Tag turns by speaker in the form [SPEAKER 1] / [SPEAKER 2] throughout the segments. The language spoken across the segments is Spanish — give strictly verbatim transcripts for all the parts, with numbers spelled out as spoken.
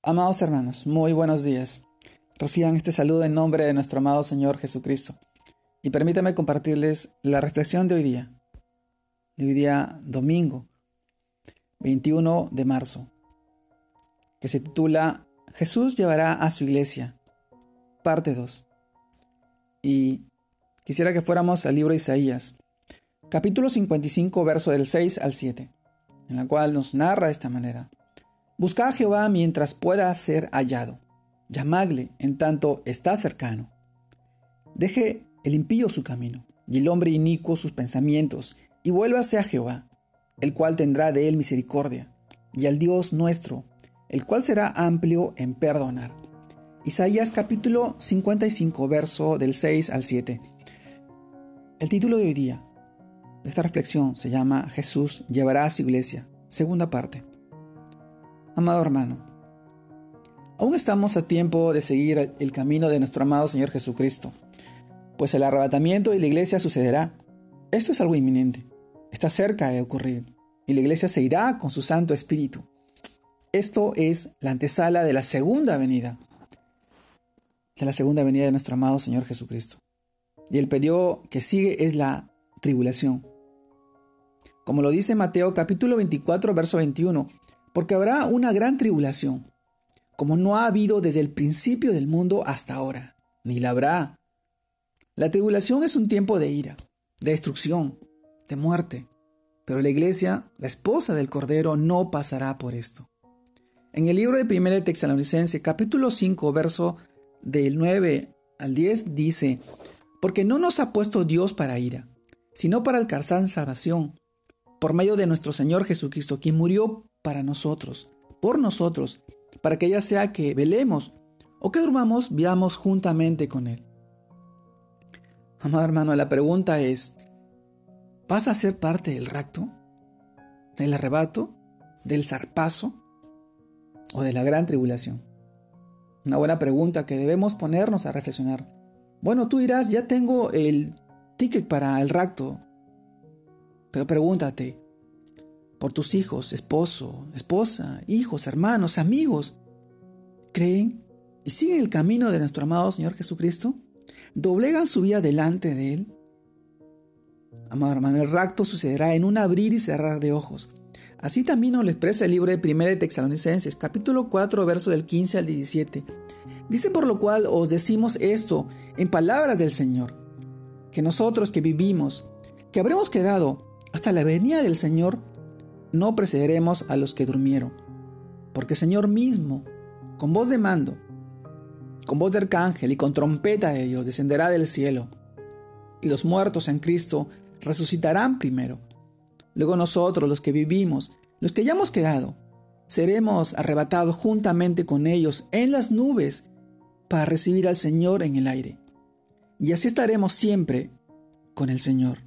[SPEAKER 1] Amados hermanos, muy buenos días. Reciban este saludo en nombre de nuestro amado Señor Jesucristo. Y permítanme compartirles la reflexión de hoy día, de hoy día domingo, veintiuno de marzo, que se titula Jesús llevará a su iglesia, parte dos. Y quisiera que fuéramos al libro de Isaías, capítulo cincuenta y cinco, verso del seis al siete, en la cual nos narra de esta manera. Buscad a Jehová mientras pueda ser hallado. Llamadle en tanto está cercano. Deje el impío su camino, y el hombre inicuo sus pensamientos, y vuélvase a Jehová, el cual tendrá de él misericordia, y al Dios nuestro, el cual será amplio en perdonar. Isaías capítulo cincuenta y cinco, verso del seis al siete. El título de hoy día de esta reflexión se llama Jesús llevará a su iglesia, segunda parte. Amado hermano, aún estamos a tiempo de seguir el camino de nuestro amado Señor Jesucristo, pues el arrebatamiento de la iglesia sucederá. Esto es algo inminente, está cerca de ocurrir, y la iglesia se irá con su Santo Espíritu. Esto es la antesala de la segunda venida, de la segunda venida de nuestro amado Señor Jesucristo. Y el periodo que sigue es la tribulación. Como lo dice Mateo capítulo veinticuatro, verso veintiuno, porque habrá una gran tribulación, como no ha habido desde el principio del mundo hasta ahora, ni la habrá. La tribulación es un tiempo de ira, de destrucción, de muerte, pero la iglesia, la esposa del Cordero, no pasará por esto. En el libro de primera de Tesalonicenses, capítulo cinco, verso del nueve al diez, dice, porque no nos ha puesto Dios para ira, sino para alcanzar salvación, por medio de nuestro Señor Jesucristo, quien murió para nosotros, por nosotros, para que ya sea que velemos o que durmamos, vivamos juntamente con Él. Amado hermano, la pregunta es, ¿vas a ser parte del rapto, del arrebato, del zarpazo o de la gran tribulación? Una buena pregunta que debemos ponernos a reflexionar. Bueno, tú dirás, ya tengo el ticket para el rapto, pero pregúntate, por tus hijos, esposo, esposa, hijos, hermanos, amigos, ¿creen y siguen el camino de nuestro amado Señor Jesucristo? ¿Doblegan su vida delante de Él? Amado hermano, el rapto sucederá en un abrir y cerrar de ojos. Así también nos lo expresa el libro de primera de Tesalonicenses, capítulo cuatro, verso del quince al diecisiete. Dice, por lo cual os decimos esto en palabras del Señor, que nosotros que vivimos, que habremos quedado hasta la venida del Señor, no precederemos a los que durmieron, porque el Señor mismo, con voz de mando, con voz de arcángel y con trompeta de Dios, descenderá del cielo, y los muertos en Cristo resucitarán primero. Luego nosotros, los que vivimos, los que hayamos quedado, seremos arrebatados juntamente con ellos en las nubes para recibir al Señor en el aire. Y así estaremos siempre con el Señor.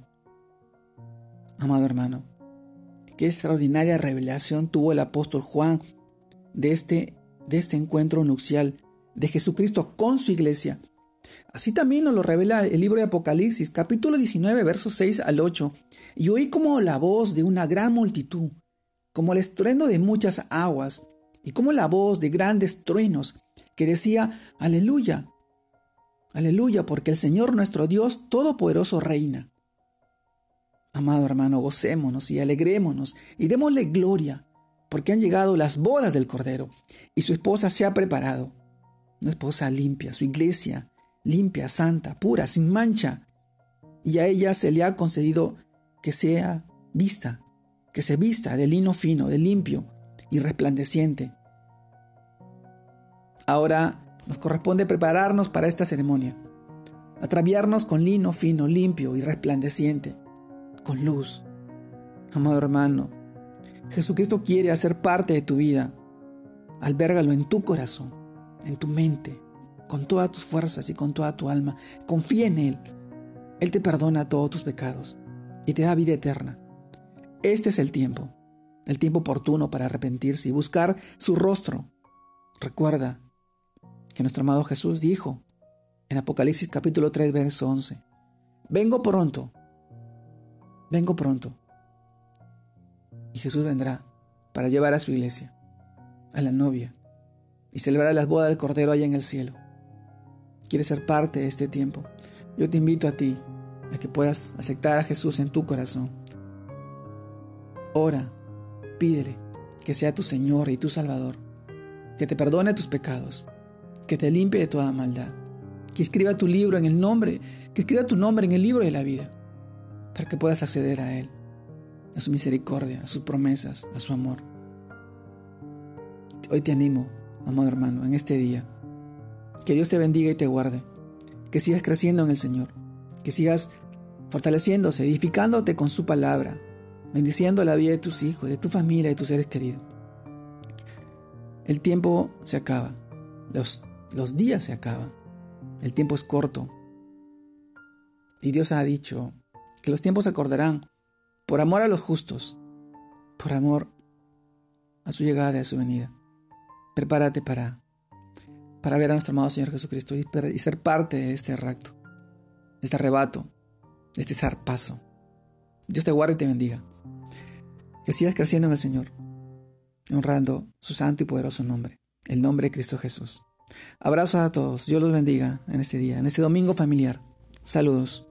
[SPEAKER 1] Amado hermano, qué extraordinaria revelación tuvo el apóstol Juan de este, de este encuentro nupcial de Jesucristo con su iglesia. Así también nos lo revela el libro de Apocalipsis, capítulo diecinueve, versos seis al ocho. Y oí como la voz de una gran multitud, como el estruendo de muchas aguas, y como la voz de grandes truenos, que decía, aleluya, aleluya, porque el Señor nuestro Dios Todopoderoso reina. Amado hermano, gocémonos y alegrémonos y démosle gloria, porque han llegado las bodas del Cordero y su esposa se ha preparado. Una esposa limpia, su iglesia limpia, santa, pura, sin mancha. Y a ella se le ha concedido que sea vista, que se vista de lino fino, de limpio y resplandeciente. Ahora nos corresponde prepararnos para esta ceremonia, ataviarnos con lino fino, limpio y resplandeciente, con luz. Amado hermano, Jesucristo quiere hacer parte de tu vida. Albérgalo en tu corazón, en tu mente, con todas tus fuerzas y con toda tu alma. Confía en Él. Él te perdona todos tus pecados y te da vida eterna. Este es el tiempo, el tiempo oportuno para arrepentirse y buscar su rostro. Recuerda que nuestro amado Jesús dijo en Apocalipsis capítulo tres, verso once, vengo pronto. Vengo pronto. Y Jesús vendrá para llevar a su iglesia, a la novia, y celebrar las bodas del Cordero allá en el cielo. ¿Quieres ser parte de este tiempo? Yo te invito a ti a que puedas aceptar a Jesús en tu corazón. Ora, pídele que sea tu Señor y tu Salvador, que te perdone tus pecados, que te limpie de toda maldad, que escriba tu libro en el nombre, que escriba tu nombre en el libro de la vida, para que puedas acceder a Él, a su misericordia, a sus promesas, a su amor. Hoy te animo, amado hermano, en este día, que Dios te bendiga y te guarde, que sigas creciendo en el Señor, que sigas fortaleciéndose, edificándote con su palabra, bendiciendo la vida de tus hijos, de tu familia, de tus seres queridos. El tiempo se acaba, los, los días se acaban, el tiempo es corto. Y Dios ha dicho que los tiempos se acordarán por amor a los justos, por amor a su llegada y a su venida. Prepárate para, para ver a nuestro amado Señor Jesucristo y, y ser parte de este rapto, de este arrebato, de este zarpazo. Dios te guarde y te bendiga. Que sigas creciendo en el Señor, honrando su santo y poderoso nombre, el nombre de Cristo Jesús. Abrazos a todos. Dios los bendiga en este día, en este domingo familiar. Saludos.